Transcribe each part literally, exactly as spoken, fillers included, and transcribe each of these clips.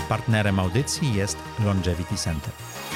Partnerem audycji jest Longevity Center.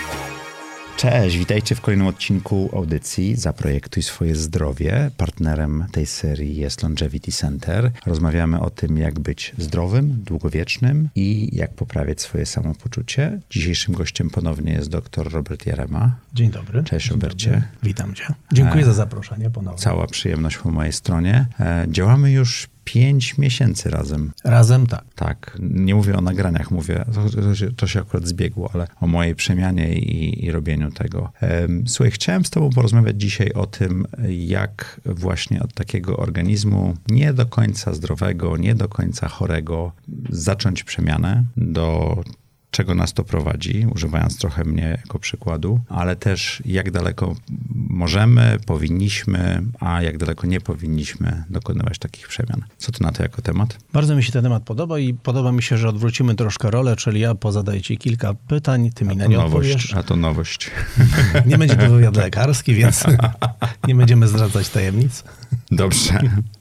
Cześć, witajcie w kolejnym odcinku audycji Zaprojektuj swoje zdrowie. Partnerem tej serii jest Longevity Center. Rozmawiamy o tym, jak być zdrowym, długowiecznym i jak poprawiać swoje samopoczucie. Dzisiejszym gościem ponownie jest dr Robert Jarema. Dzień dobry. Cześć Dzień Robercie. Dobry. Witam cię. Dziękuję e, za zaproszenie ponownie. Cała przyjemność po mojej stronie. E, działamy już pięć miesięcy razem. Razem tak. Tak. Nie mówię o nagraniach, mówię, to, to, się, to się akurat zbiegło, ale o mojej przemianie i, i robieniu tego. Słuchaj, chciałem z tobą porozmawiać dzisiaj o tym, jak właśnie od takiego organizmu nie do końca zdrowego, nie do końca chorego zacząć przemianę do czego nas to prowadzi, używając trochę mnie jako przykładu, ale też jak daleko możemy, powinniśmy, a jak daleko nie powinniśmy dokonywać takich przemian. Co ty na to jako temat? Bardzo mi się ten temat podoba i podoba mi się, że odwrócimy troszkę rolę, czyli ja pozadaję ci kilka pytań, ty mi na nie odpowiesz. A to nowość. Nie będzie to wywiad lekarski, więc nie będziemy zdradzać tajemnic. Dobrze,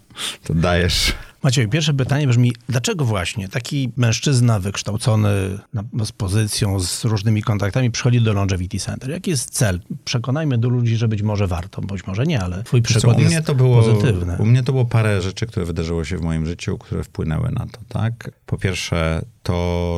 to dajesz. Maciej, pierwsze pytanie brzmi, dlaczego właśnie taki mężczyzna wykształcony z pozycją, z różnymi kontaktami przychodzi do Longevity Center? Jaki jest cel? Przekonajmy do ludzi, że być może warto, być może nie, ale twój przykład co, u jest mnie to było, pozytywny. U mnie to było parę rzeczy, które wydarzyło się w moim życiu, które wpłynęły na to, tak? Po pierwsze to,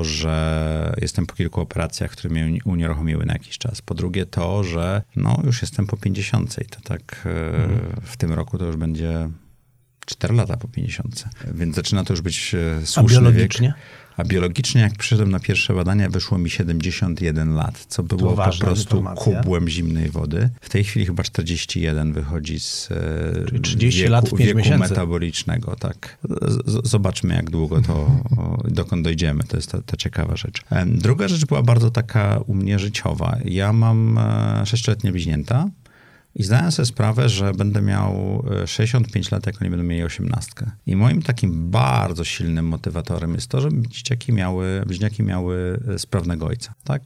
że jestem po kilku operacjach, które mnie unieruchomiły na jakiś czas. Po drugie to, że no już jestem po pięćdziesiątce i to tak hmm. w tym roku to już będzie cztery lata po pięćdziesiątce, więc zaczyna to już być e, słuszny A biologicznie? wiek. A biologicznie, jak przyszedłem na pierwsze badania, wyszło mi siedemdziesiąt jeden lat, co było po prostu informacja. kubłem zimnej wody. W tej chwili chyba czterdzieści jeden wychodzi z Czyli trzydzieści wieku, lat, pięć wieku miesięcy. metabolicznego. Tak. Z, zobaczmy, jak długo to, dokąd dojdziemy. To jest ta, ta ciekawa rzecz. Druga rzecz była bardzo taka u mnie życiowa. Ja mam sześcioletnie bliźnięta. I zdałem sobie sprawę, że będę miał sześćdziesiąt pięć lat, jak oni będą mieli osiemnastkę. I moim takim bardzo silnym motywatorem jest to, żeby dzieciaki miały, bliźniaki miały sprawnego ojca, tak?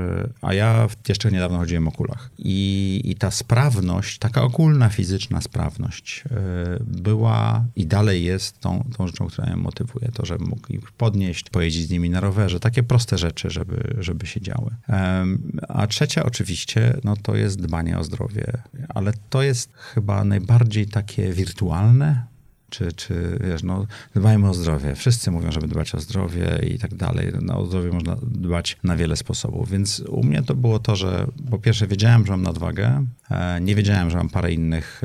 A ja jeszcze niedawno chodziłem o kulach. I, i ta sprawność, taka ogólna fizyczna sprawność była i dalej jest tą, tą rzeczą, która mnie motywuje. To, żebym mógł ich podnieść, pojeździć z nimi na rowerze. Takie proste rzeczy, żeby, żeby się działy. A trzecia oczywiście, no to jest dbanie o zdrowie. Ale to jest chyba najbardziej takie wirtualne, czy, czy wiesz, no dbajmy o zdrowie. Wszyscy mówią, żeby dbać o zdrowie i tak dalej. No, o zdrowie można dbać na wiele sposobów. Więc u mnie to było to, że po pierwsze wiedziałem, że mam nadwagę. Nie wiedziałem, że mam parę innych,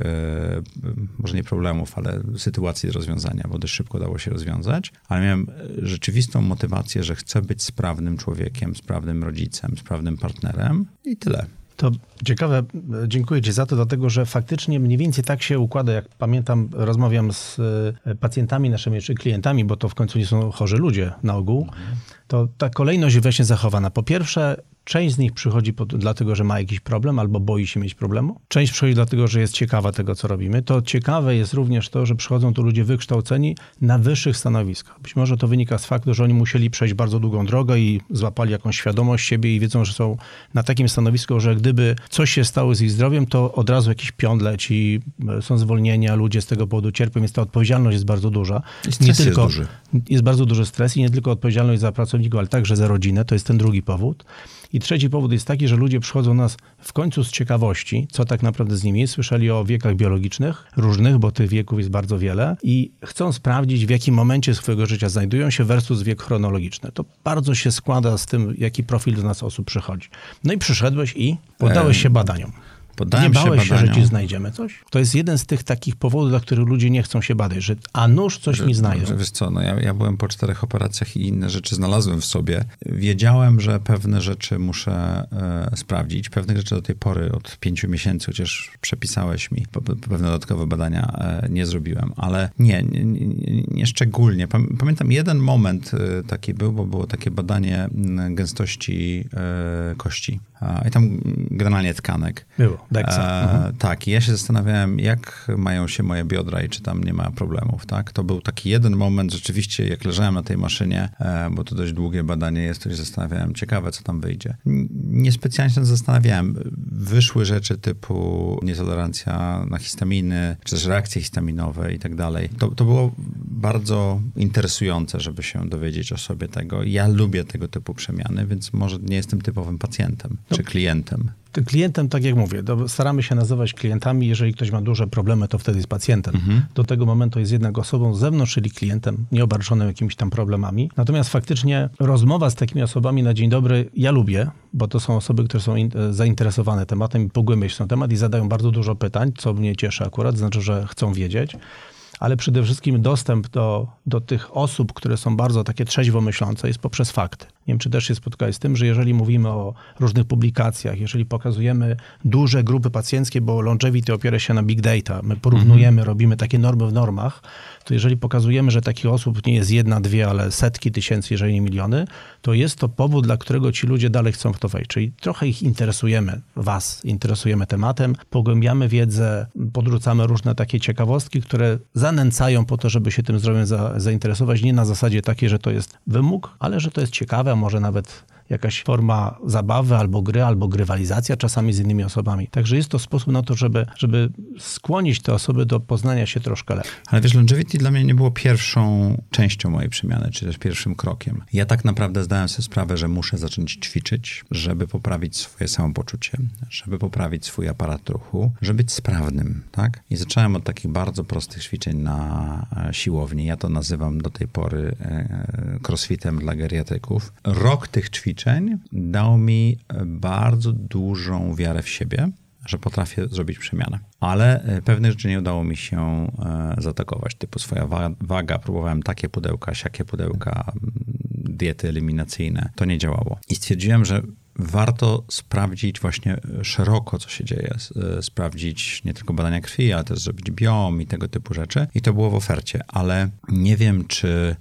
może nie problemów, ale sytuacji do rozwiązania, bo dość szybko dało się rozwiązać. Ale miałem rzeczywistą motywację, że chcę być sprawnym człowiekiem, sprawnym rodzicem, sprawnym partnerem i tyle. To ciekawe, dziękuję ci za to, dlatego że faktycznie mniej więcej tak się układa, jak pamiętam, rozmawiam z pacjentami naszymi, czy klientami, bo to w końcu nie są chorzy ludzie na ogół, to ta kolejność jest właśnie zachowana. Po pierwsze, część z nich przychodzi po, dlatego, że ma jakiś problem albo boi się mieć problemu. Część przychodzi dlatego, że jest ciekawa tego, co robimy. To ciekawe jest również to, że przychodzą tu ludzie wykształceni na wyższych stanowiskach. Być może to wynika z faktu, że oni musieli przejść bardzo długą drogę i złapali jakąś świadomość siebie i wiedzą, że są na takim stanowisku, że gdyby coś się stało z ich zdrowiem, to od razu jakiś pion leci, są zwolnienia, ludzie z tego powodu cierpią, więc ta odpowiedzialność jest bardzo duża. I stres nie tylko, jest duży. Jest bardzo duży stres i nie tylko odpowiedzialność za pracowników, ale także za rodzinę. To jest ten drugi powód. I trzeci powód jest taki, że ludzie przychodzą do nas w końcu z ciekawości, co tak naprawdę z nimi jest. Słyszeli o wiekach biologicznych różnych, bo tych wieków jest bardzo wiele i chcą sprawdzić, w jakim momencie swojego życia znajdują się versus wiek chronologiczny. To bardzo się składa z tym, jaki profil do nas osób przychodzi. No i przyszedłeś i poddałeś się badaniom. Poddałem nie bałeś się, się, że ci znajdziemy coś? To jest jeden z tych takich powodów, dla których ludzie nie chcą się badać, że a nuż coś że, mi znajdą. Że, wiesz co, no ja, ja byłem po czterech operacjach i inne rzeczy znalazłem w sobie. Wiedziałem, że pewne rzeczy muszę e, sprawdzić. Pewnych rzeczy do tej pory, od pięciu miesięcy, chociaż przepisałeś mi pewne dodatkowe badania, e, nie zrobiłem. Ale nie, nie, nie, nie szczególnie. Pamiętam jeden moment e, taki był, bo było takie badanie gęstości e, kości. I tam generalnie tkanek. Było, Dexa. E, tak, i ja się zastanawiałem, jak mają się moje biodra i czy tam nie ma problemów, tak? To był taki jeden moment, rzeczywiście, jak leżałem na tej maszynie, e, bo to dość długie badanie jest, to się zastanawiałem, ciekawe, co tam wyjdzie. Niespecjalnie się zastanawiałem. Wyszły rzeczy typu nietolerancja na histaminy, czy też reakcje histaminowe i tak dalej. To, to było bardzo interesujące, żeby się dowiedzieć o sobie tego. Ja lubię tego typu przemiany, więc może nie jestem typowym pacjentem no. czy klientem. Klientem, tak jak mówię, staramy się nazywać klientami. Jeżeli ktoś ma duże problemy, to wtedy jest pacjentem. Mhm. Do tego momentu jest jednak osobą z zewnątrz, czyli klientem, nieobarczonym jakimiś tam problemami. Natomiast faktycznie rozmowa z takimi osobami na dzień dobry ja lubię, bo to są osoby, które są in, zainteresowane tematem i pogłębiają się w ten temat i zadają bardzo dużo pytań, co mnie cieszy akurat, znaczy, że chcą wiedzieć. Ale przede wszystkim dostęp do, do tych osób, które są bardzo takie trzeźwo myślące, jest poprzez fakty. Nie wiem, czy też się spotkałeś z tym, że jeżeli mówimy o różnych publikacjach, jeżeli pokazujemy duże grupy pacjenckie, bo longevity opiera się na big data, my porównujemy, mm-hmm. robimy takie normy w normach, to jeżeli pokazujemy, że takich osób nie jest jedna, dwie, ale setki tysięcy, jeżeli nie miliony, to jest to powód, dla którego ci ludzie dalej chcą w to wejść. Czyli trochę ich interesujemy, was interesujemy tematem, pogłębiamy wiedzę, podrzucamy różne takie ciekawostki, które zanęcają po to, żeby się tym zdrowiem za, zainteresować. Nie na zasadzie takiej, że to jest wymóg, ale że to jest ciekawe, a może nawet jakaś forma zabawy albo gry, albo grywalizacja czasami z innymi osobami. Także jest to sposób na to, żeby, żeby skłonić te osoby do poznania się troszkę lepiej. Ale wiesz, longevity dla mnie nie było pierwszą częścią mojej przemiany, czy też pierwszym krokiem. Ja tak naprawdę zdałem sobie sprawę, że muszę zacząć ćwiczyć, żeby poprawić swoje samopoczucie, żeby poprawić swój aparat ruchu, żeby być sprawnym, tak? I zacząłem od takich bardzo prostych ćwiczeń na siłowni. Ja to nazywam do tej pory crossfitem dla geriatryków. Rok tych ćwiczeń dał mi bardzo dużą wiarę w siebie, że potrafię zrobić przemianę. Ale pewnych rzeczy nie udało mi się zaatakować, typu swoja waga. Próbowałem takie pudełka, siakie pudełka, diety eliminacyjne. To nie działało. I stwierdziłem, że warto sprawdzić właśnie szeroko, co się dzieje. Sprawdzić nie tylko badania krwi, ale też zrobić biom i tego typu rzeczy. I to było w ofercie. Ale nie wiem, czy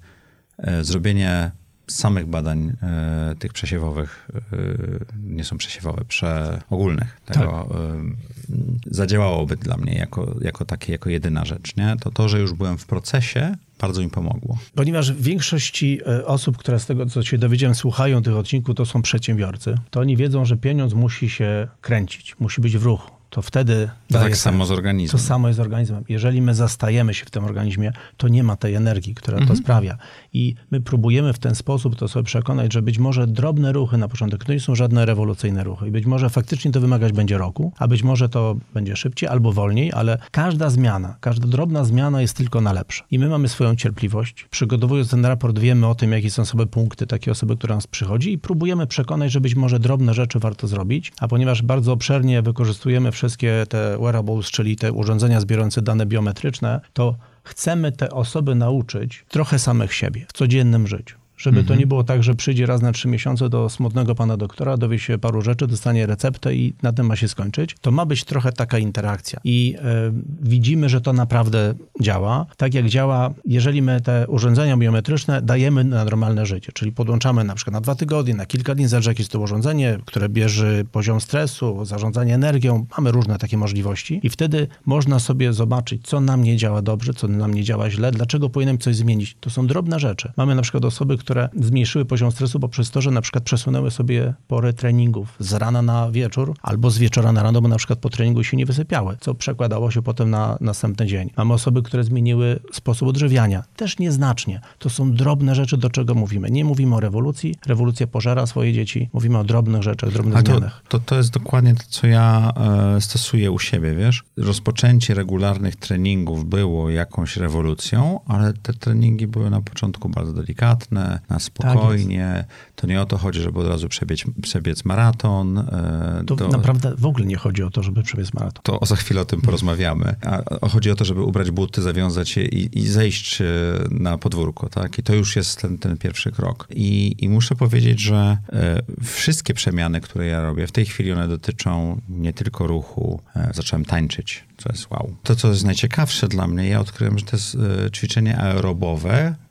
zrobienie samych badań y, tych przesiewowych, y, nie są przesiewowe, przeogólnych, tego tak. y, zadziałałoby dla mnie jako, jako takie, jako jedyna rzecz, nie? To to, że już byłem w procesie, bardzo mi pomogło. Ponieważ w większości osób, które z tego, co się dowiedziałem, słuchają tych odcinków, to są przedsiębiorcy, to oni wiedzą, że pieniądz musi się kręcić, musi być w ruchu. To wtedy to tak samo z organizmem. To samo jest z organizmem. Jeżeli my zastajemy się w tym organizmie, to nie ma tej energii, która mhm. to sprawia. I my próbujemy w ten sposób to sobie przekonać, że być może drobne ruchy na początek to nie są żadne rewolucyjne ruchy. I być może faktycznie to wymagać będzie roku, a być może to będzie szybciej albo wolniej, ale każda zmiana, każda drobna zmiana jest tylko na lepsze. I my mamy swoją cierpliwość. Przygotowując ten raport, wiemy o tym, jakie są sobie punkty takiej osoby, która nas przychodzi i próbujemy przekonać, że być może drobne rzeczy warto zrobić, a ponieważ bardzo obszernie wykorzystujemy wszystkie te wearables, czyli te urządzenia zbierające dane biometryczne, to chcemy te osoby nauczyć trochę samych siebie w codziennym życiu. Żeby mhm. to nie było tak, że przyjdzie raz na trzy miesiące do smutnego pana doktora, dowie się paru rzeczy, dostanie receptę i na tym ma się skończyć. To ma być trochę taka interakcja. I y, widzimy, że to naprawdę działa. Tak jak działa, jeżeli my te urządzenia biometryczne dajemy na normalne życie, czyli podłączamy na przykład na dwa tygodnie, na kilka dni, zależy jakie jest to urządzenie, które bierze poziom stresu, zarządzanie energią. Mamy różne takie możliwości i wtedy można sobie zobaczyć, co nam nie działa dobrze, co nam nie działa źle, dlaczego powinienem coś zmienić. To są drobne rzeczy. Mamy na przykład osoby, które które zmniejszyły poziom stresu poprzez to, że na przykład przesunęły sobie pory treningów z rana na wieczór albo z wieczora na rano, bo na przykład po treningu się nie wysypiały, co przekładało się potem na następny dzień. Mamy osoby, które zmieniły sposób odżywiania. Też nieznacznie. To są drobne rzeczy, do czego mówimy. Nie mówimy o rewolucji. Rewolucja pożera swoje dzieci. Mówimy o drobnych rzeczach, drobnych ale to, zmianach. To, to jest dokładnie to, co ja e, stosuję u siebie, wiesz? Rozpoczęcie regularnych treningów było jakąś rewolucją, ale te treningi były na początku bardzo delikatne, na spokojnie. Tak to nie o to chodzi, żeby od razu przebiec, przebiec maraton. To, to naprawdę w ogóle nie chodzi o to, żeby przebiec maraton. To za chwilę o tym porozmawiamy. A chodzi o to, żeby ubrać buty, zawiązać je i, i zejść na podwórko, tak? I to już jest ten, ten pierwszy krok. I, i muszę powiedzieć, że e, wszystkie przemiany, które ja robię, w tej chwili one dotyczą nie tylko ruchu. E, zacząłem tańczyć, co jest wow. To, co jest najciekawsze dla mnie, ja odkryłem, że to jest e, ćwiczenie aerobowe,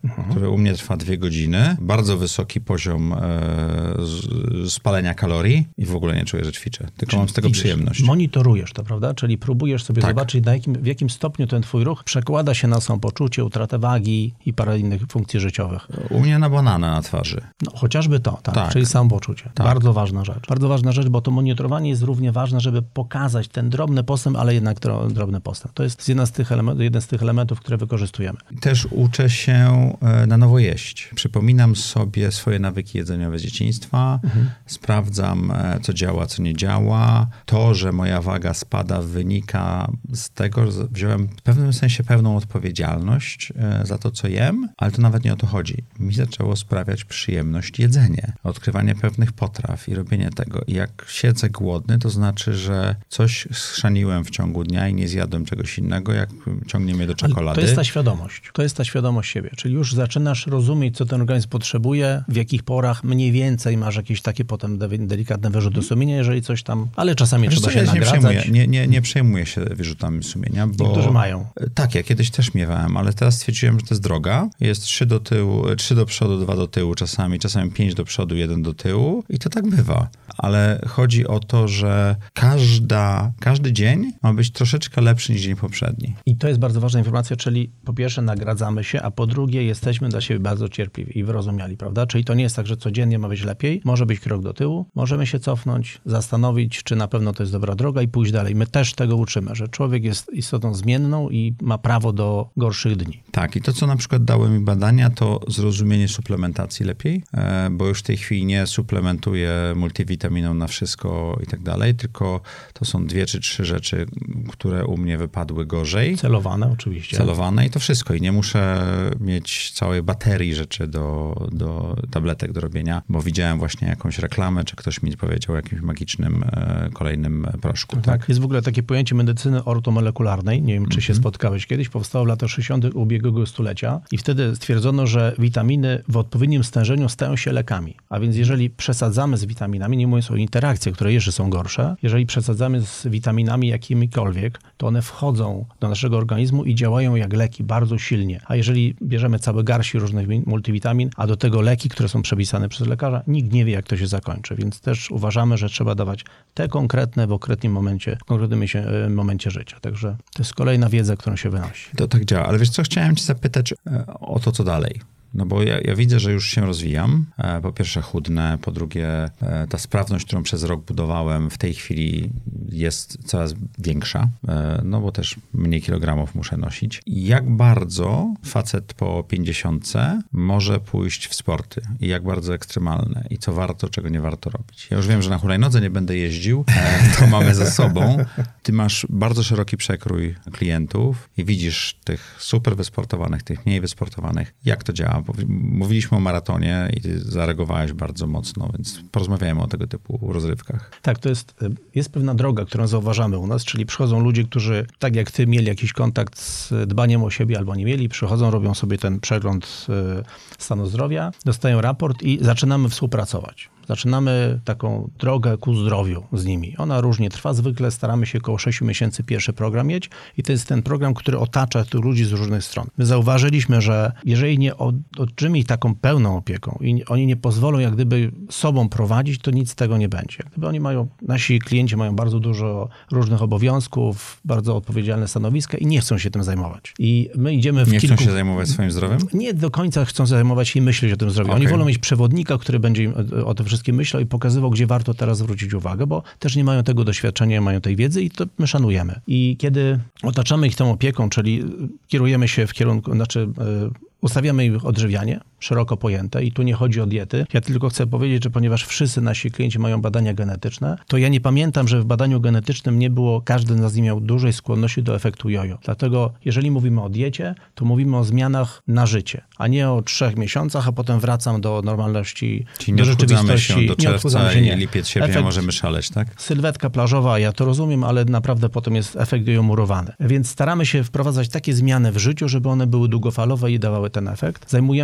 mhm. które u mnie trwa dwie godziny, bardzo wysoki poziom e, z, spalenia kalorii i w ogóle nie czuję, że ćwiczę, tylko Czyli mam z tego idziesz, przyjemność. Monitorujesz to, prawda? Czyli próbujesz sobie tak. zobaczyć, na jakim, w jakim stopniu ten twój ruch przekłada się na samopoczucie, utratę wagi i parę innych funkcji życiowych. U mnie na banana na twarzy. No, chociażby to, tak, tak. czyli samopoczucie. Tak. Bardzo ważna rzecz. Bardzo ważna rzecz, bo to monitorowanie jest równie ważne, żeby pokazać ten drobny postęp, ale jednak drobny postęp. To jest jeden z tych elementów, jeden z tych elementów, które wykorzystujemy. Też uczę się na nowo jeść. Przypominam sobie swoje nawyki jedzeniowe z dzieciństwa, mhm. sprawdzam, co działa, co nie działa. To, że moja waga spada, wynika z tego, że wziąłem w pewnym sensie pewną odpowiedzialność za to, co jem, ale to nawet nie o to chodzi. Mi zaczęło sprawiać przyjemność jedzenie, odkrywanie pewnych potraw i robienie tego. I jak siedzę głodny, to znaczy, że coś schrzaniłem w ciągu dnia i nie zjadłem czegoś innego, jak ciągnie mnie do czekolady. Ale to jest ta świadomość. To jest ta świadomość siebie. Czyli już zaczynasz rozumieć, co ten organizm potrzebuje, w jakich porach mniej więcej masz jakieś takie potem delikatne wyrzuty sumienia, jeżeli coś tam, ale czasami Wiesz, trzeba co, się ja nagradzać. Nie przejmuję, nie, nie, nie przejmuję się wyrzutami sumienia, bo... Niektórzy mają. Tak, ja kiedyś też miewałem, ale teraz stwierdziłem, że to jest droga. Jest trzy do tyłu, trzy do przodu, dwa do tyłu czasami, czasami pięć do przodu, jeden do tyłu i to tak bywa. Ale chodzi o to, że każda, każdy dzień ma być troszeczkę lepszy niż dzień poprzedni. I to jest bardzo ważna informacja, czyli po pierwsze nagradzamy się, a po drugie jesteśmy dla siebie bardzo cierpliwi i wyrozumiali, prawda? Czyli to nie jest tak, że codziennie ma być lepiej, może być krok do tyłu, możemy się cofnąć, zastanowić, czy na pewno to jest dobra droga i pójść dalej. My też tego uczymy, że człowiek jest istotą zmienną i ma prawo do gorszych dni. Tak, i to, co na przykład dały mi badania, to zrozumienie suplementacji lepiej, bo już w tej chwili nie suplementuję multivitaminą na wszystko i tak dalej, tylko to są dwie czy trzy rzeczy, które u mnie wypadły gorzej. Celowane oczywiście. Celowane i to wszystko. I nie muszę mieć całej baterii rzeczy do, do tabletek do robienia, bo widziałem właśnie jakąś reklamę, czy ktoś mi powiedział o jakimś magicznym e, kolejnym proszku. Tak. tak, jest w ogóle takie pojęcie medycyny ortomolekularnej. Nie wiem, czy się mm-hmm. spotkałeś kiedyś. Powstało w latach sześćdziesiątych ubiegłego stulecia i wtedy stwierdzono, że witaminy w odpowiednim stężeniu stają się lekami. A więc jeżeli przesadzamy z witaminami, nie mówiąc o interakcjach, które jeszcze są gorsze, jeżeli przesadzamy z witaminami jakimikolwiek, to one wchodzą do naszego organizmu i działają jak leki bardzo silnie. A jeżeli bierzemy całe garści różnych multivitamin, a do tego leki, które są przepisane przez lekarza, nikt nie wie, jak to się zakończy. Więc też uważamy, że trzeba dawać te konkretne w konkretnym momencie, w konkretnym momencie życia. Także to jest kolejna wiedza, którą się wynosi. To tak działa. Ale wiesz co, chciałem cię zapytać o to, co dalej. No bo ja, ja widzę, że już się rozwijam. Po pierwsze chudnę, po drugie ta sprawność, którą przez rok budowałem, w tej chwili jest coraz większa, no bo też mniej kilogramów muszę nosić. Jak bardzo facet po pięćdziesiątce może pójść w sporty i jak bardzo ekstremalne i co warto, czego nie warto robić. Ja już wiem, że na hulajnodze nie będę jeździł, to mamy za sobą. Ty masz bardzo szeroki przekrój klientów i widzisz tych super wysportowanych, tych mniej wysportowanych. Jak to działa? Mówiliśmy o maratonie i ty zareagowałeś bardzo mocno, więc porozmawiajmy o tego typu rozrywkach. Tak, to jest, jest pewna droga, którą zauważamy u nas, czyli przychodzą ludzie, którzy tak jak ty mieli jakiś kontakt z dbaniem o siebie albo nie mieli, przychodzą, robią sobie ten przegląd stanu zdrowia, dostają raport i zaczynamy współpracować. Zaczynamy taką drogę ku zdrowiu z nimi. Ona różnie trwa. Zwykle staramy się około sześciu miesięcy pierwszy program mieć i to jest ten program, który otacza tych ludzi z różnych stron. My zauważyliśmy, że jeżeli nie otrzymy ich taką pełną opieką i oni nie pozwolą jak gdyby sobą prowadzić, to nic z tego nie będzie. Jak gdyby oni mają, nasi klienci mają bardzo dużo różnych obowiązków, bardzo odpowiedzialne stanowiska i nie chcą się tym zajmować. I my idziemy w nie kilku... chcą się zajmować swoim zdrowiem? Nie do końca chcą się zajmować i myśleć o tym zdrowiu. Okay. Oni wolą mieć przewodnika, który będzie im o tym wszystkim myślał i pokazywał, gdzie warto teraz zwrócić uwagę, bo też nie mają tego doświadczenia, nie mają tej wiedzy i to my szanujemy. I kiedy otaczamy ich tą opieką, czyli kierujemy się w kierunku, znaczy ustawiamy ich odżywianie, szeroko pojęte i tu nie chodzi o diety. Ja tylko chcę powiedzieć, że ponieważ wszyscy nasi klienci mają badania genetyczne, to ja nie pamiętam, że w badaniu genetycznym nie było, każdy z nas nie miał dużej skłonności do efektu jojo. Dlatego jeżeli mówimy o diecie, to mówimy o zmianach na życie, a nie o trzech miesiącach, a potem wracam do normalności, czyli do nie rzeczywistości. Się do czerwca się, i lipiec, sierpień efekt, możemy szaleć, tak? Sylwetka plażowa, ja to rozumiem, ale naprawdę potem jest efekt jojo murowany. Więc staramy się wprowadzać takie zmiany w życiu, żeby one były długofalowe i dawały ten efekt. Zajmujemy się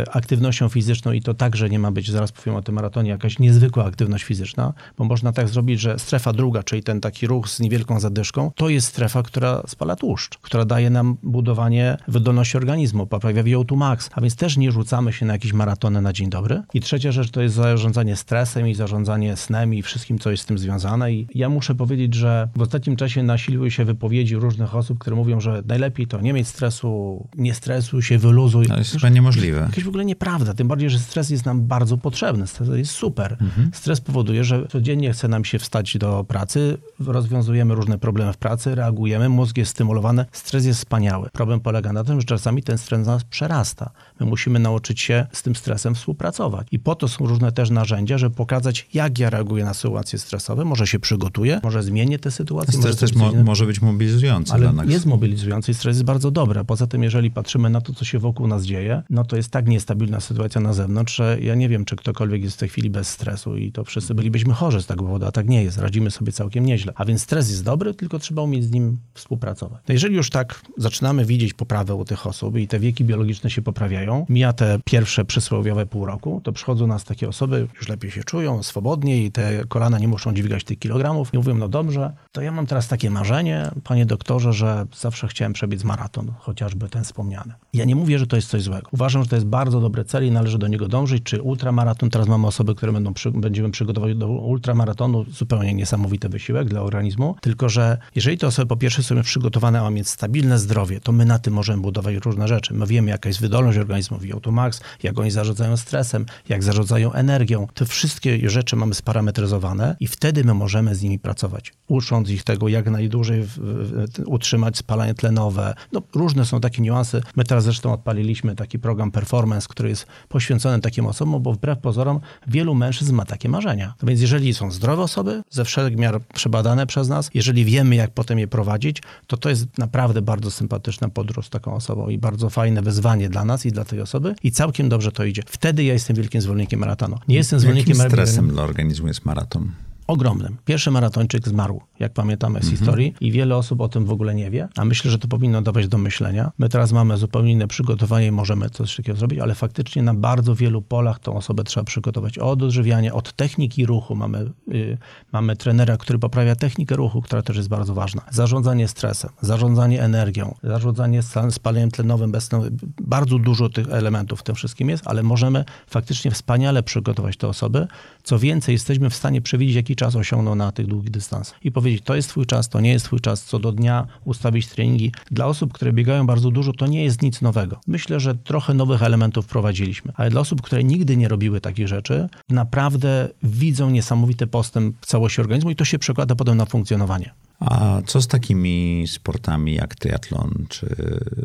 aktywnością fizyczną i to także nie ma być, zaraz powiem o tym maratonie, jakaś niezwykła aktywność fizyczna, bo można tak zrobić, że strefa druga, czyli ten taki ruch z niewielką zadyszką, to jest strefa, która spala tłuszcz, która daje nam budowanie wydolności organizmu, poprawia V O two max, a więc też nie rzucamy się na jakieś maratony na dzień dobry. I trzecia rzecz to jest zarządzanie stresem i zarządzanie snem i wszystkim, co jest z tym związane. I ja muszę powiedzieć, że w ostatnim czasie nasiliły się wypowiedzi różnych osób, które mówią, że najlepiej to nie mieć stresu, nie stresuj się, wyluzuj. To jest chyba niemożliwe. Jakaś w ogóle nieprawda, tym bardziej, że stres jest nam bardzo potrzebny, stres jest super. Mhm. Stres powoduje, że codziennie chce nam się wstać do pracy, rozwiązujemy różne problemy w pracy, reagujemy, mózg jest stymulowany, stres jest wspaniały. Problem polega na tym, że czasami ten stres nas przerasta. My musimy nauczyć się z tym stresem współpracować. I po to są różne też narzędzia, żeby pokazać, jak ja reaguję na sytuacje stresowe, może się przygotuję, może zmienię tę sytuację. Stres też mo- może być mobilizujący ale dla nas. Jest mobilizujący i stres jest bardzo dobry. Poza tym, jeżeli patrzymy na to, co się wokół nas dzieje, no to jest tak niestabilna sytuacja na zewnątrz, że ja nie wiem, czy ktokolwiek jest w tej chwili bez stresu i to wszyscy bylibyśmy chorzy z tego powodu, a tak nie jest. Radzimy sobie całkiem nieźle. A więc stres jest dobry, tylko trzeba umieć z nim współpracować. No jeżeli już tak zaczynamy widzieć poprawę u tych osób i te wieki biologiczne się poprawiają, mija te pierwsze przysłowiowe pół roku, to przychodzą nas takie osoby, już lepiej się czują, swobodniej i te kolana nie muszą dźwigać tych kilogramów i mówią, no dobrze, to ja mam teraz takie marzenie, panie doktorze, że zawsze chciałem przebiec maraton, chociażby ten wspomniany. Ja nie mówię, że to jest coś złego. Uważam, że to jest bardzo dobry cel i należy do niego dążyć, czy ultramaraton. Teraz mamy osoby, które będą przy, będziemy przygotować do ultramaratonu, zupełnie niesamowity wysiłek dla organizmu, tylko że jeżeli te osoby po pierwsze są przygotowane, a mieć stabilne zdrowie, to my na tym możemy budować różne rzeczy. My wiemy, jaka jest wydolność organizmu, V O two max, jak oni zarządzają stresem, jak zarządzają energią. Te wszystkie rzeczy mamy sparametryzowane i wtedy my możemy z nimi pracować, ucząc ich tego, jak najdłużej w, w, utrzymać spalanie tlenowe. No, różne są takie niuanse. My teraz zresztą odpaliliśmy taki program Performance, który jest poświęcony takim osobom, bo wbrew pozorom wielu mężczyzn ma takie marzenia. No więc jeżeli są zdrowe osoby, ze wszech miar przebadane przez nas, jeżeli wiemy, jak potem je prowadzić, to to jest naprawdę bardzo sympatyczna podróż z taką osobą i bardzo fajne wyzwanie dla nas i dla tej osoby i całkiem dobrze to idzie. Wtedy ja jestem wielkim zwolennikiem maratonu. Nie jestem zwolennikiem Jakim stresem dla organizmu jest maraton? Ogromnym. Pierwszy maratończyk zmarł, jak pamiętamy z mm-hmm. historii i wiele osób o tym w ogóle nie wie, a myślę, że to powinno dawać do myślenia. My teraz mamy zupełnie inne przygotowanie i możemy coś takiego zrobić, ale faktycznie na bardzo wielu polach tą osobę trzeba przygotować. Od odżywiania, od techniki ruchu. Mamy, yy, mamy trenera, który poprawia technikę ruchu, która też jest bardzo ważna. Zarządzanie stresem, zarządzanie energią, zarządzanie spaleniem tlenowym, beztlenowym. Bardzo dużo tych elementów w tym wszystkim jest, ale możemy faktycznie wspaniale przygotować te osoby. Co więcej, jesteśmy w stanie przewidzieć, jaki czas osiągną na tych długich dystansach. I powiedzieć, to jest twój czas, to nie jest twój czas, co do dnia ustawić treningi. Dla osób, które biegają bardzo dużo, to nie jest nic nowego. Myślę, że trochę nowych elementów wprowadziliśmy. Ale dla osób, które nigdy nie robiły takich rzeczy, naprawdę widzą niesamowity postęp w całości organizmu i to się przekłada potem na funkcjonowanie. A co z takimi sportami jak triatlon, czy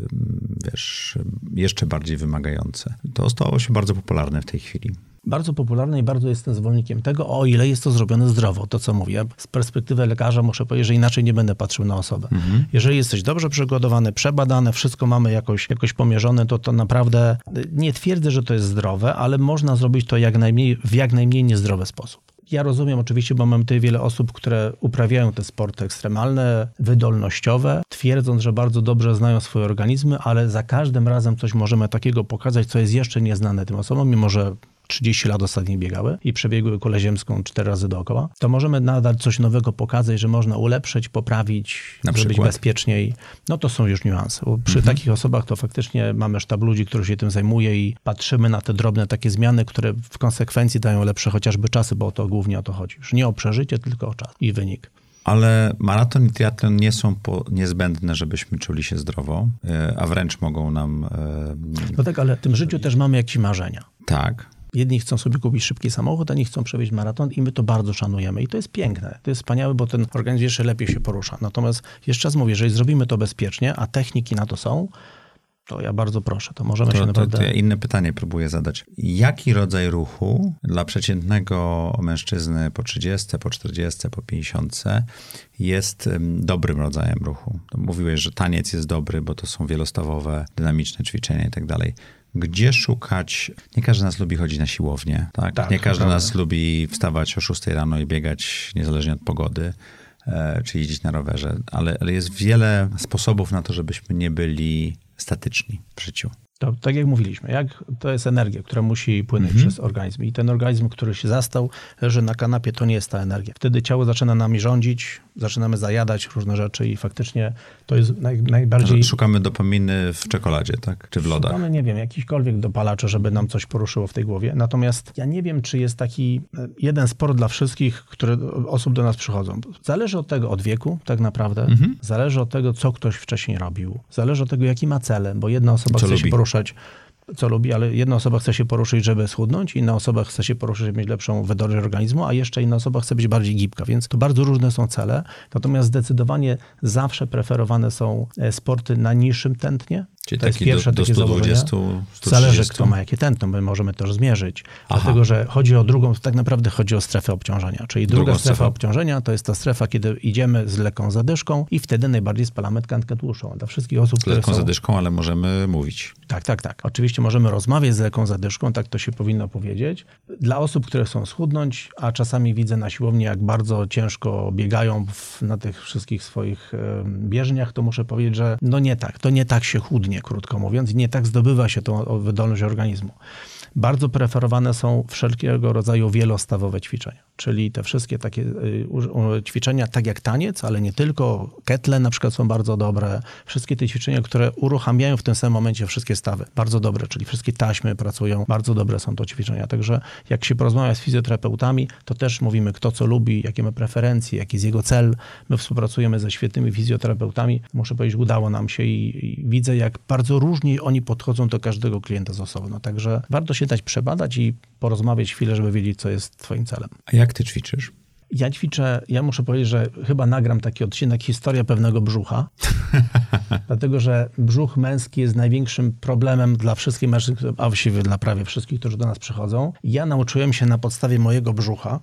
wiesz, jeszcze bardziej wymagające? To stało się bardzo popularne w tej chwili. Bardzo popularne i bardzo jestem zwolennikiem tego, o ile jest to zrobione zdrowo, to co mówię. Z perspektywy lekarza muszę powiedzieć, że inaczej nie będę patrzył na osobę. Mhm. Jeżeli jesteś dobrze przygotowany, przebadane, wszystko mamy jakoś, jakoś pomierzone, to to naprawdę nie twierdzę, że to jest zdrowe, ale można zrobić to jak najmniej, w jak najmniej niezdrowy sposób. Ja rozumiem oczywiście, bo mam tutaj wiele osób, które uprawiają te sporty ekstremalne, wydolnościowe, twierdząc, że bardzo dobrze znają swoje organizmy, ale za każdym razem coś możemy takiego pokazać, co jest jeszcze nieznane tym osobom, mimo że trzydzieści lat ostatnio biegały i przebiegły kulę ziemską cztery razy dookoła, to możemy nadal coś nowego pokazać, że można ulepszyć, poprawić, Na zrobić przykład? bezpieczniej. No to są już niuanse. Bo przy Mhm. takich osobach to faktycznie mamy sztab ludzi, którzy się tym zajmuje i patrzymy na te drobne takie zmiany, które w konsekwencji dają lepsze chociażby czasy, bo to głównie o to chodzi. Już nie o przeżycie, tylko o czas i wynik. Ale maraton i triatlon nie są po, niezbędne, żebyśmy czuli się zdrowo, a wręcz mogą nam... E, No tak, ale w tym życiu też mamy jakieś marzenia. tak. Jedni chcą sobie kupić szybki samochód, a inni chcą przewieźć maraton i my to bardzo szanujemy. I to jest piękne. To jest wspaniałe, bo ten organizm jeszcze lepiej się porusza. Natomiast jeszcze raz mówię, jeżeli zrobimy to bezpiecznie, a techniki na to są, to ja bardzo proszę, to możemy To, się to, naprawdę... to ja inne pytanie próbuję zadać. Jaki rodzaj ruchu dla przeciętnego mężczyzny po trzydziestce, po czterdziestce, po pięćdziesiątce jest um, dobrym rodzajem ruchu? Mówiłeś, że taniec jest dobry, bo to są wielostawowe, dynamiczne ćwiczenia i tak dalej. Gdzie szukać? Nie każdy z nas lubi chodzić na siłownię, tak? Tak, nie każdy z prawda. nas lubi wstawać o szóstej rano i biegać niezależnie od pogody, e, czy jeździć na rowerze, ale, ale jest wiele sposobów na to, żebyśmy nie byli statyczni w życiu. To tak jak mówiliśmy, jak to jest energia, która musi płynąć Mhm. przez organizm. I ten organizm, który się zastał, leży na kanapie, to nie jest ta energia. Wtedy ciało zaczyna nami rządzić, zaczynamy zajadać różne rzeczy i faktycznie to jest naj, najbardziej... Szukamy dopaminy w czekoladzie, tak? Czy w lodach? Szukamy, nie wiem, jakichkolwiek dopalaczy, żeby nam coś poruszyło w tej głowie. Natomiast ja nie wiem, czy jest taki jeden sport dla wszystkich, które osób do nas przychodzą. Zależy od tego, od wieku tak naprawdę. Mhm. Zależy od tego, co ktoś wcześniej robił. Zależy od tego, jaki ma cele, bo jedna osoba Co chce lubi. się poruszać, co lubi, ale jedna osoba chce się poruszyć, żeby schudnąć, inna osoba chce się poruszyć, żeby mieć lepszą wydolność organizmu, a jeszcze inna osoba chce być bardziej gibka, więc to bardzo różne są cele. Natomiast zdecydowanie zawsze preferowane są sporty na niższym tętnie. Czyli To jest taki pierwsze do, do takie sto dwadzieścia, założenie. sto Zależy, trzydzieści? kto ma jakie tętno, my możemy też zmierzyć. Aha. Dlatego, że chodzi o drugą, tak naprawdę chodzi o strefę obciążenia. Czyli druga Drugą strefa strefę. obciążenia to jest ta strefa, kiedy idziemy z lekką zadyszką i wtedy najbardziej spalamy tkankę tłuszczową. Dla wszystkich osób, Z które lekką są... zadyszką, ale możemy mówić. Tak, tak, tak. Oczywiście możemy rozmawiać z lekką zadyszką, tak to się powinno powiedzieć. Dla osób, które chcą schudnąć, a czasami widzę na siłowni, jak bardzo ciężko biegają w, na tych wszystkich swoich e, bieżniach, to muszę powiedzieć, że no nie tak. To nie tak się chudnie, krótko mówiąc, i nie tak zdobywa się tą wydolność organizmu. Bardzo preferowane są wszelkiego rodzaju wielostawowe ćwiczenia, czyli te wszystkie takie y, y, ćwiczenia, tak jak taniec, ale nie tylko. Ketle na przykład są bardzo dobre. Wszystkie te ćwiczenia, które uruchamiają w tym samym momencie wszystkie stawy. Bardzo dobre, czyli wszystkie taśmy pracują. Bardzo dobre są to ćwiczenia. Także jak się porozmawia z fizjoterapeutami, to też mówimy, kto co lubi, jakie ma preferencje, jaki jest jego cel. My współpracujemy ze świetnymi fizjoterapeutami. Muszę powiedzieć, udało nam się i, i widzę, jak bardzo różnie oni podchodzą do każdego klienta z osobna. Także warto się dać przebadać i porozmawiać chwilę, żeby wiedzieć, co jest twoim celem. A jak ty ćwiczysz? Ja ćwiczę, ja muszę powiedzieć, że chyba nagram taki odcinek Historia pewnego brzucha, dlatego, że brzuch męski jest największym problemem dla wszystkich mężczyzn, a właściwie dla prawie wszystkich, którzy do nas przychodzą. Ja nauczyłem się na podstawie mojego brzucha,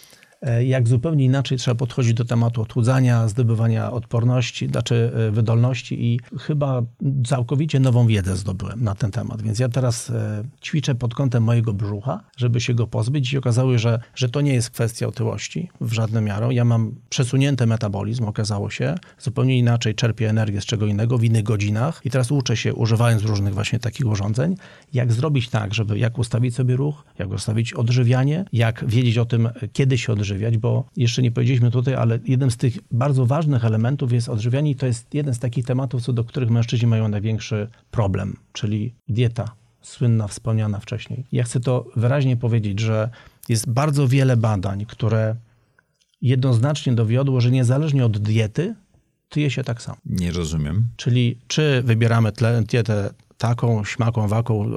jak zupełnie inaczej trzeba podchodzić do tematu odchudzania, zdobywania odporności, znaczy wydolności i chyba całkowicie nową wiedzę zdobyłem na ten temat. Więc ja teraz ćwiczę pod kątem mojego brzucha, żeby się go pozbyć i okazało się, że, że to nie jest kwestia otyłości w żadną miarą. Ja mam przesunięty metabolizm, okazało się, zupełnie inaczej czerpię energię z czego innego w innych godzinach i teraz uczę się, używając różnych właśnie takich urządzeń, jak zrobić tak, żeby jak ustawić sobie ruch, jak ustawić odżywianie, jak wiedzieć o tym, kiedy się odżywiać, bo jeszcze nie powiedzieliśmy tutaj, ale jednym z tych bardzo ważnych elementów jest odżywianie i to jest jeden z takich tematów, co do których mężczyźni mają największy problem, czyli dieta, słynna, wspomniana wcześniej. Ja chcę to wyraźnie powiedzieć, że jest bardzo wiele badań, które jednoznacznie dowiodło, że niezależnie od diety, tyje się tak samo. Nie rozumiem. Czyli czy wybieramy tle, dietę taką, śmaką, waką,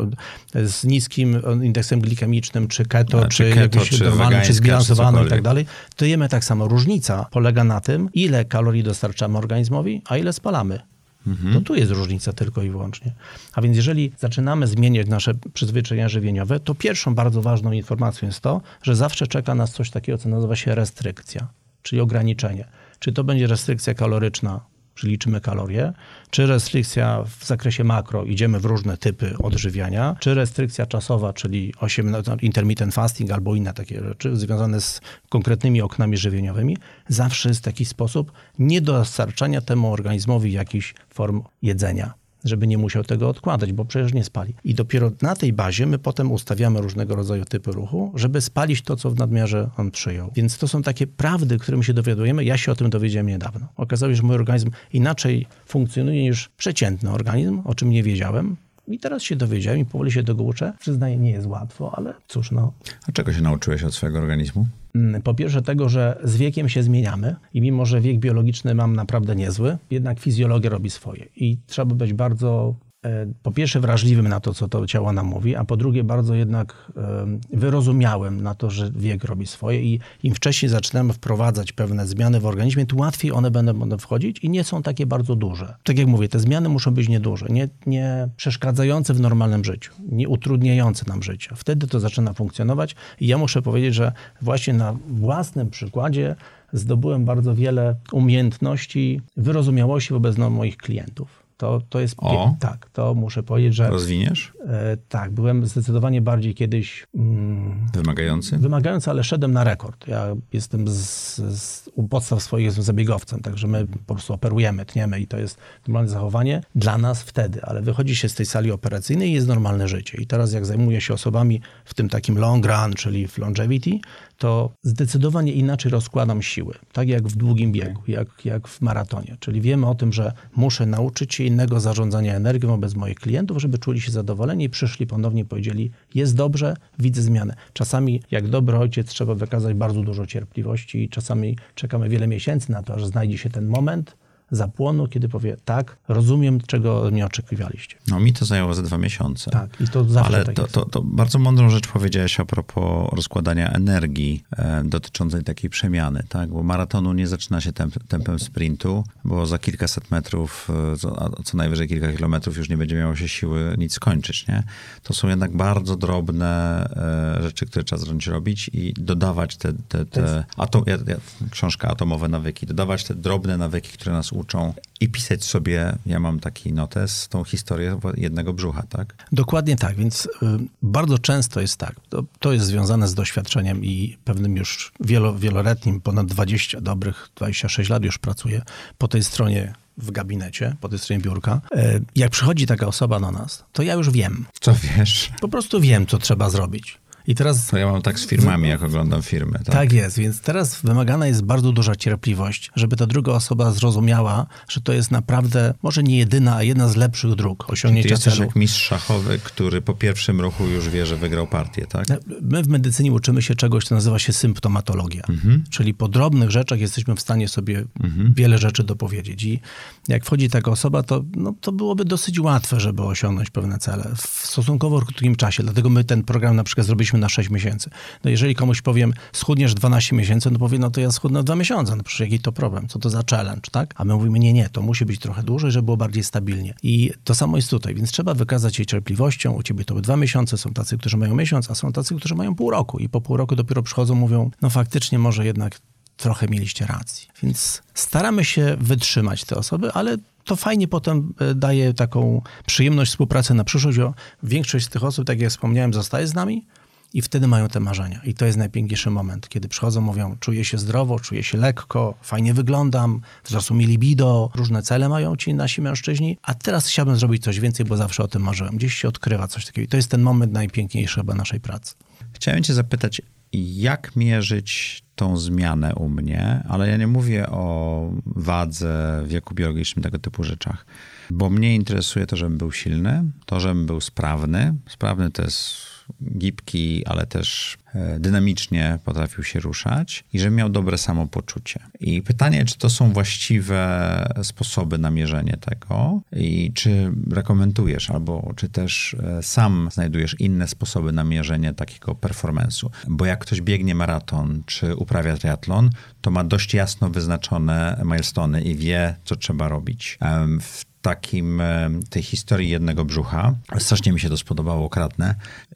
z niskim indeksem glikemicznym, czy keto, A, czy, czy keto, jakąś czy normalną, czy wegańska, zbilansowaną czy i tak dalej, to jemy tak samo. Różnica polega na tym, ile kalorii dostarczamy organizmowi, a ile spalamy. Mhm. To tu jest różnica tylko i wyłącznie. A więc jeżeli zaczynamy zmieniać nasze przyzwyczajenia żywieniowe, to pierwszą bardzo ważną informacją jest to, że zawsze czeka nas coś takiego, co nazywa się restrykcja, czyli ograniczenie. Czy to będzie restrykcja kaloryczna, czyli liczymy kalorie, czy restrykcja w zakresie makro, idziemy w różne typy odżywiania, czy restrykcja czasowa, czyli osiem, intermittent fasting albo inne takie rzeczy związane z konkretnymi oknami żywieniowymi, zawsze jest taki sposób niedostarczania temu organizmowi jakichś form jedzenia, żeby nie musiał tego odkładać, bo przecież nie spali. I dopiero na tej bazie my potem ustawiamy różnego rodzaju typy ruchu, żeby spalić to, co w nadmiarze on przyjął. Więc to są takie prawdy, którymi się dowiadujemy. Ja się o tym dowiedziałem niedawno. Okazało się, że mój organizm inaczej funkcjonuje niż przeciętny organizm, o czym nie wiedziałem. I teraz się dowiedziałem i powoli się tego uczę. Przyznaję, nie jest łatwo, ale cóż, no. A czego się nauczyłeś od swojego organizmu? Po pierwsze tego, że z wiekiem się zmieniamy i mimo, że wiek biologiczny mam naprawdę niezły, jednak fizjologia robi swoje i trzeba być bardzo, po pierwsze wrażliwym na to, co to ciało nam mówi, a po drugie bardzo jednak wyrozumiałym na to, że wiek robi swoje i im wcześniej zaczynamy wprowadzać pewne zmiany w organizmie, tym łatwiej one będą, będą wchodzić i nie są takie bardzo duże. Tak jak mówię, te zmiany muszą być nieduże, nie, nie przeszkadzające w normalnym życiu, nie utrudniające nam życia. Wtedy to zaczyna funkcjonować i ja muszę powiedzieć, że właśnie na własnym przykładzie zdobyłem bardzo wiele umiejętności, wyrozumiałości wobec no, moich klientów. To, to jest... O. Tak, to muszę powiedzieć, że... Rozwiniesz? E, tak, byłem zdecydowanie bardziej kiedyś... Mm, Wymagający? Wymagający, ale szedłem na rekord. Ja jestem z, z, u podstaw swoich jestem zabiegowcem, także my po prostu operujemy, tniemy i to jest normalne zachowanie dla nas wtedy, ale wychodzi się z tej sali operacyjnej i jest normalne życie. I teraz jak zajmuję się osobami w tym takim long run, czyli w longevity, to zdecydowanie inaczej rozkładam siły. Tak jak w długim biegu, jak, jak w maratonie. Czyli wiemy o tym, że muszę nauczyć się innego zarządzania energią wobec moich klientów, żeby czuli się zadowoleni i przyszli ponownie i powiedzieli, jest dobrze, widzę zmianę. Czasami jak dobry ojciec trzeba wykazać bardzo dużo cierpliwości i czasami czekamy wiele miesięcy na to, aż znajdzie się ten moment zapłonu, kiedy powie, tak, rozumiem, czego mnie oczekiwaliście. No mi to zajęło ze dwa miesiące. Tak, i to zawsze Ale tak to, jest. to, to bardzo mądrą rzecz powiedziałeś a propos rozkładania energii e, dotyczącej takiej przemiany, tak? Bo maratonu nie zaczyna się temp, tempem sprintu, bo za kilkaset metrów, e, a co najwyżej kilka kilometrów już nie będzie miało się siły nic skończyć, nie? To są jednak bardzo drobne e, rzeczy, które trzeba zacząć robić i dodawać te, te, te atom, ja, ja, książka Atomowe nawyki, dodawać te drobne nawyki, które nas uczą i pisać sobie, ja mam taki notes, tą historię jednego brzucha, tak? Dokładnie tak, więc y, bardzo często jest tak, to, to jest związane z doświadczeniem i pewnym już wielo, wieloletnim, ponad dwadzieścia dobrych, dwadzieścia sześć lat już pracuję po tej stronie w gabinecie, po tej stronie biurka. Y, jak przychodzi taka osoba do nas, to ja już wiem. Co wiesz? Po prostu wiem, co trzeba zrobić. I teraz... To ja mam tak z firmami, jak oglądam firmy. Tak? tak jest, więc teraz wymagana jest bardzo duża cierpliwość, żeby ta druga osoba zrozumiała, że to jest naprawdę, może nie jedyna, a jedna z lepszych dróg osiągnięcia Ty jesteś celu. jak mistrz szachowy, który po pierwszym ruchu już wie, że wygrał partię, tak? My w medycynie uczymy się czegoś, co nazywa się symptomatologia. Mhm. Czyli po drobnych rzeczach jesteśmy w stanie sobie mhm. wiele rzeczy dopowiedzieć. I jak wchodzi taka osoba, to, no, to byłoby dosyć łatwe, żeby osiągnąć pewne cele w stosunkowo krótkim czasie. Dlatego my ten program na przykład zrobiliśmy na sześć miesięcy. No jeżeli komuś powiem, schudniesz dwanaście miesięcy, no powie, no to ja schudnę dwa miesiące. No przecież jaki to problem? Co to za challenge, tak? A my mówimy, nie, nie, to musi być trochę dłużej, żeby było bardziej stabilnie. I to samo jest tutaj, więc trzeba wykazać się cierpliwością. U ciebie to by dwa miesiące, są tacy, którzy mają miesiąc, a są tacy, którzy mają pół roku. I po pół roku dopiero przychodzą, mówią, no faktycznie może jednak trochę mieliście racji. Więc staramy się wytrzymać te osoby, ale to fajnie potem daje taką przyjemność współpracy na przyszłość. Większość z tych osób, tak jak wspomniałem, zostaje z nami i wtedy mają te marzenia. I to jest najpiękniejszy moment, kiedy przychodzą, mówią, czuję się zdrowo, czuję się lekko, fajnie wyglądam, wzrosło mi libido, różne cele mają ci nasi mężczyźni, a teraz chciałbym zrobić coś więcej, bo zawsze o tym marzyłem. Gdzieś się odkrywa coś takiego. I to jest ten moment najpiękniejszy chyba naszej pracy. Chciałem cię zapytać, jak mierzyć tą zmianę u mnie, ale ja nie mówię o wadze, wieku biologicznym, tego typu rzeczach, bo mnie interesuje to, żebym był silny, to, żebym był sprawny. Sprawny to jest gibki, ale też dynamicznie potrafił się ruszać i że miał dobre samopoczucie. I pytanie, czy to są właściwe sposoby na mierzenie tego i czy rekomendujesz, albo czy też sam znajdujesz inne sposoby na mierzenie takiego performance'u. Bo jak ktoś biegnie maraton, czy uprawia triatlon, to ma dość jasno wyznaczone milestony i wie, co trzeba robić. W takim, tej historii jednego brzucha, strasznie mi się to spodobało, kratne,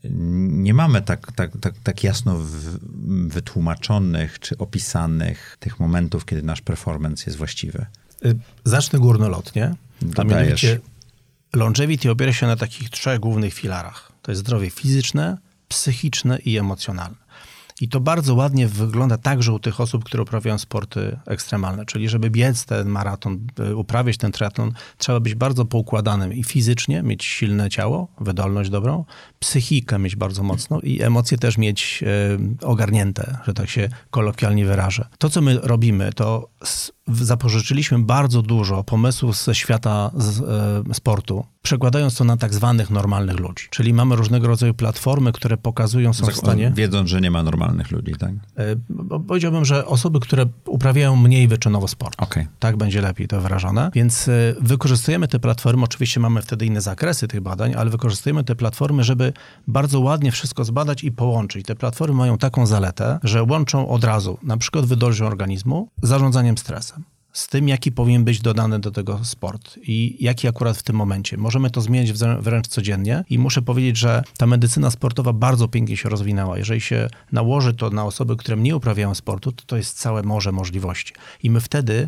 nie mamy tak, tak, tak, tak jasno wytłumaczonych czy opisanych tych momentów, kiedy nasz performance jest właściwy. Zacznę górnolotnie. Tam Dodajesz. mianowicie longevity opiera się na takich trzech głównych filarach. To jest zdrowie fizyczne, psychiczne i emocjonalne. I to bardzo ładnie wygląda także u tych osób, które uprawiają sporty ekstremalne. Czyli żeby biec ten maraton, uprawiać ten triatlon, trzeba być bardzo poukładanym i fizycznie, mieć silne ciało, wydolność dobrą, psychikę mieć bardzo mocną i emocje też mieć e, ogarnięte, że tak się kolokwialnie wyrażę. To, co my robimy, to z, zapożyczyliśmy bardzo dużo pomysłów ze świata z, e, sportu, przekładając to na tak zwanych normalnych ludzi. Czyli mamy różnego rodzaju platformy, które pokazują, są w stanie... Wiedząc, że nie ma normalnych ludzi, tak? E, powiedziałbym, że osoby, które uprawiają mniej wyczynowo sport. Okay. Tak będzie lepiej to wyrażone. Więc e, wykorzystujemy te platformy, oczywiście mamy wtedy inne zakresy tych badań, ale wykorzystujemy te platformy, żeby bardzo ładnie wszystko zbadać i połączyć. Te platformy mają taką zaletę, że łączą od razu na przykład wydolność organizmu z zarządzaniem stresem. Z tym, jaki powinien być dodany do tego sport i jaki akurat w tym momencie. Możemy to zmieniać wręcz codziennie i muszę powiedzieć, że ta medycyna sportowa bardzo pięknie się rozwinęła. Jeżeli się nałoży to na osoby, które nie uprawiają sportu, to to jest całe morze możliwości. I my wtedy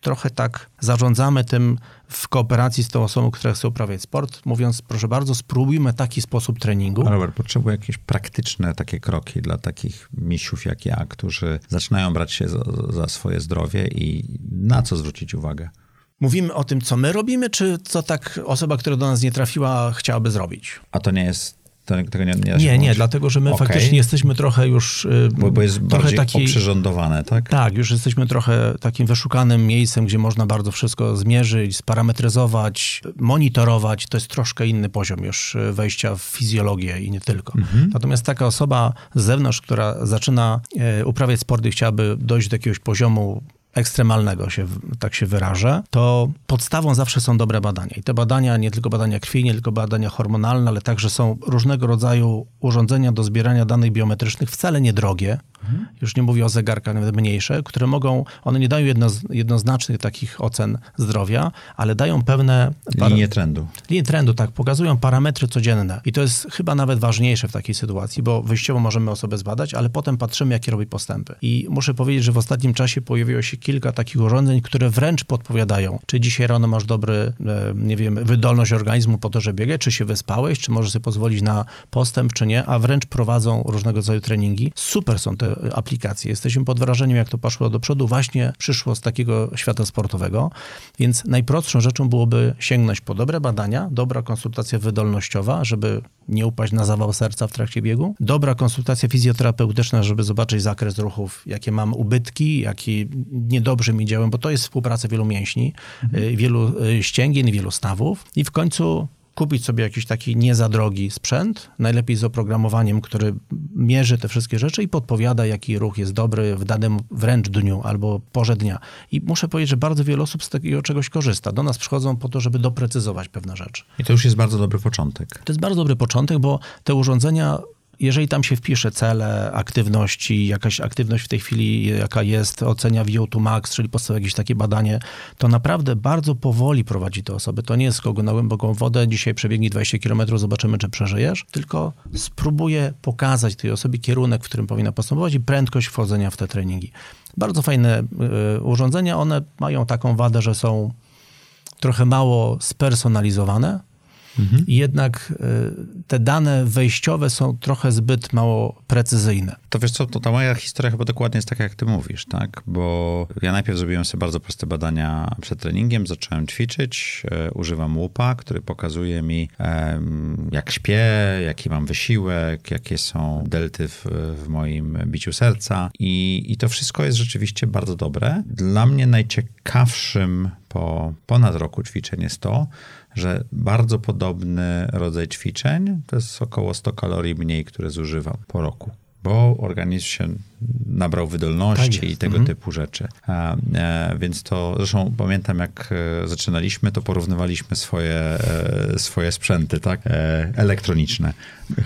trochę tak zarządzamy tym w kooperacji z tą osobą, która chce uprawiać sport, mówiąc, proszę bardzo, spróbujmy taki sposób treningu. Robert, potrzebuję jakieś praktyczne takie kroki dla takich misiów jak ja, którzy zaczynają brać się za, za swoje zdrowie i na co zwrócić uwagę? Mówimy o tym, co my robimy, czy co tak osoba, która do nas nie trafiła, chciałaby zrobić? A to nie jest... To, tego nie, nie, da się nie, połączyć? nie, dlatego, że my okay. faktycznie jesteśmy trochę już... Bo, bo jest trochę bardziej taki, oprzyrządowane, tak? Tak, już jesteśmy trochę takim wyszukanym miejscem, gdzie można bardzo wszystko zmierzyć, sparametryzować, monitorować. To jest troszkę inny poziom już wejścia w fizjologię i nie tylko. Mhm. Natomiast taka osoba z zewnątrz, która zaczyna uprawiać sport i chciałaby dojść do jakiegoś poziomu ekstremalnego, się, tak się wyrażę, to podstawą zawsze są dobre badania. I te badania, nie tylko badania krwi, nie tylko badania hormonalne, ale także są różnego rodzaju urządzenia do zbierania danych biometrycznych, wcale niedrogie, mhm. już nie mówię o zegarkach, nawet mniejsze, które mogą, one nie dają jedno, jednoznacznych takich ocen zdrowia, ale dają pewne... Par... Linie trendu. Linie trendu, tak, pokazują parametry codzienne. I to jest chyba nawet ważniejsze w takiej sytuacji, bo wyjściowo możemy osobę zbadać, ale potem patrzymy, jakie robi postępy. I muszę powiedzieć, że w ostatnim czasie pojawiło się kilka takich urządzeń, które wręcz podpowiadają, czy dzisiaj rano masz dobry, nie wiem, wydolność organizmu po to, że biegać, czy się wyspałeś, czy możesz sobie pozwolić na postęp, czy nie, a wręcz prowadzą różnego rodzaju treningi. Super są te aplikacje. Jesteśmy pod wrażeniem, jak to poszło do przodu. Właśnie przyszło z takiego świata sportowego, więc najprostszą rzeczą byłoby sięgnąć po dobre badania, dobra konsultacja wydolnościowa, żeby nie upaść na zawał serca w trakcie biegu, dobra konsultacja fizjoterapeutyczna, żeby zobaczyć zakres ruchów, jakie mam ubytki, jakie niedobrze mi działają, bo to jest współpraca wielu mięśni, mhm. wielu ścięgien, wielu stawów i w końcu kupić sobie jakiś taki nie za drogi sprzęt, najlepiej z oprogramowaniem, który mierzy te wszystkie rzeczy i podpowiada, jaki ruch jest dobry w danym wręcz dniu albo porze dnia. I muszę powiedzieć, że bardzo wiele osób z takiego czegoś korzysta. Do nas przychodzą po to, żeby doprecyzować pewne rzeczy. I to już jest bardzo dobry początek. To jest bardzo dobry początek, bo te urządzenia, jeżeli tam się wpisze cele, aktywności, jakaś aktywność w tej chwili, jaka jest, ocenia V O two max, czyli podstawowe jakieś takie badanie, to naprawdę bardzo powoli prowadzi te osoby. To nie jest skok na głęboką wodę, dzisiaj przebiegnij dwadzieścia kilometrów, zobaczymy, czy przeżyjesz, tylko spróbuję pokazać tej osobie kierunek, w którym powinna postępować i prędkość wchodzenia w te treningi. Bardzo fajne y, urządzenia, one mają taką wadę, że są trochę mało spersonalizowane, Mhm. I jednak y, te dane wejściowe są trochę zbyt mało precyzyjne. To wiesz co, to ta moja historia chyba dokładnie jest taka, jak ty mówisz, tak? Bo ja najpierw zrobiłem sobie bardzo proste badania przed treningiem, zacząłem ćwiczyć, e, używam łupa, który pokazuje mi, e, jak śpię, jaki mam wysiłek, jakie są delty w, w moim biciu serca i, i to wszystko jest rzeczywiście bardzo dobre. Dla mnie najciekawszym po ponad roku ćwiczeń jest to, że bardzo podobny rodzaj ćwiczeń to jest około sto kalorii mniej, które zużywam po roku, bo organizm się nabrał wydolności tak i tego mhm. typu rzeczy. A, e, więc to, zresztą pamiętam, jak e, zaczynaliśmy, to porównywaliśmy swoje, e, swoje sprzęty, tak, e, elektroniczne.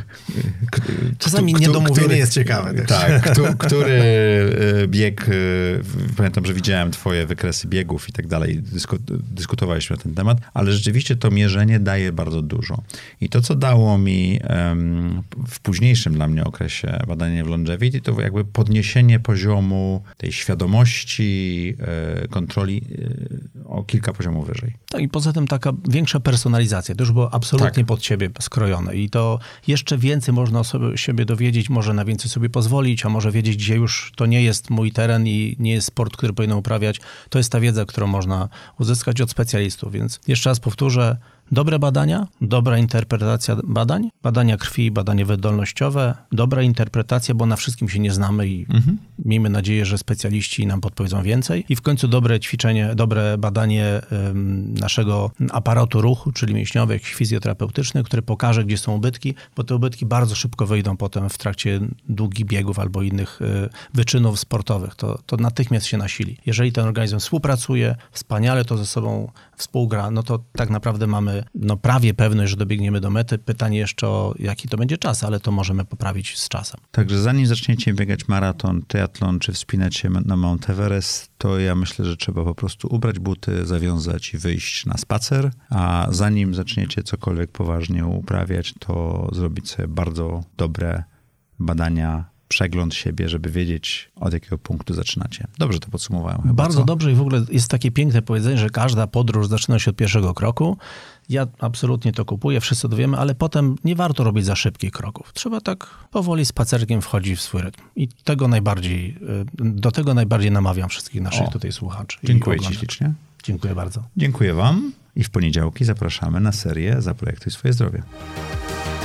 K- Czasami k- niedomówienie który, jest ciekawe. Też. Tak, kto, który bieg, pamiętam, że widziałem twoje wykresy biegów i tak dalej, dysku, dyskutowaliśmy na ten temat, ale rzeczywiście to mierzenie daje bardzo dużo. I to, co dało mi um, w późniejszym dla mnie okresie badania w longevity, to jakby podniesienie poziomu tej świadomości, e, kontroli e, o kilka poziomów wyżej. Tak i poza tym taka większa personalizacja. To już było absolutnie tak. pod siebie skrojone i to jeszcze więcej można o sobie, siebie dowiedzieć, może na więcej sobie pozwolić, a może wiedzieć, gdzie już to nie jest mój teren i nie jest sport, który powinno uprawiać. To jest ta wiedza, którą można uzyskać od specjalistów. Więc jeszcze raz powtórzę, dobre badania, dobra interpretacja badań, badania krwi, badanie wydolnościowe, dobra interpretacja, bo na wszystkim się nie znamy i mhm. miejmy nadzieję, że specjaliści nam podpowiedzą więcej. I w końcu dobre ćwiczenie, dobre badanie um, naszego aparatu ruchu, czyli mięśniowy, jakiś fizjoterapeutyczny, który pokaże, gdzie są ubytki, bo te ubytki bardzo szybko wyjdą potem w trakcie długich biegów albo innych y, wyczynów sportowych. To, to natychmiast się nasili. Jeżeli ten organizm współpracuje, wspaniale to ze sobą współgra, no to tak naprawdę mamy no prawie pewność, że dobiegniemy do mety. Pytanie jeszcze o jaki to będzie czas, ale to możemy poprawić z czasem. Także zanim zaczniecie biegać maraton, triatlon, czy wspinać się na Mount Everest, to ja myślę, że trzeba po prostu ubrać buty, zawiązać i wyjść na spacer, a zanim zaczniecie cokolwiek poważnie uprawiać, to zrobić sobie bardzo dobre badania przegląd siebie, żeby wiedzieć, od jakiego punktu zaczynacie. Dobrze to podsumowałem chyba, Bardzo co? dobrze i w ogóle jest takie piękne powiedzenie, że każda podróż zaczyna się od pierwszego kroku. Ja absolutnie to kupuję, wszyscy to wiemy, ale potem nie warto robić za szybkich kroków. Trzeba tak powoli spacerkiem wchodzić w swój rytm. I tego najbardziej, do tego najbardziej namawiam wszystkich naszych O, tutaj słuchaczy. Dziękuję ci ślicznie. Dziękuję bardzo. Dziękuję wam i w poniedziałki zapraszamy na serię Zaprojektuj swoje zdrowie.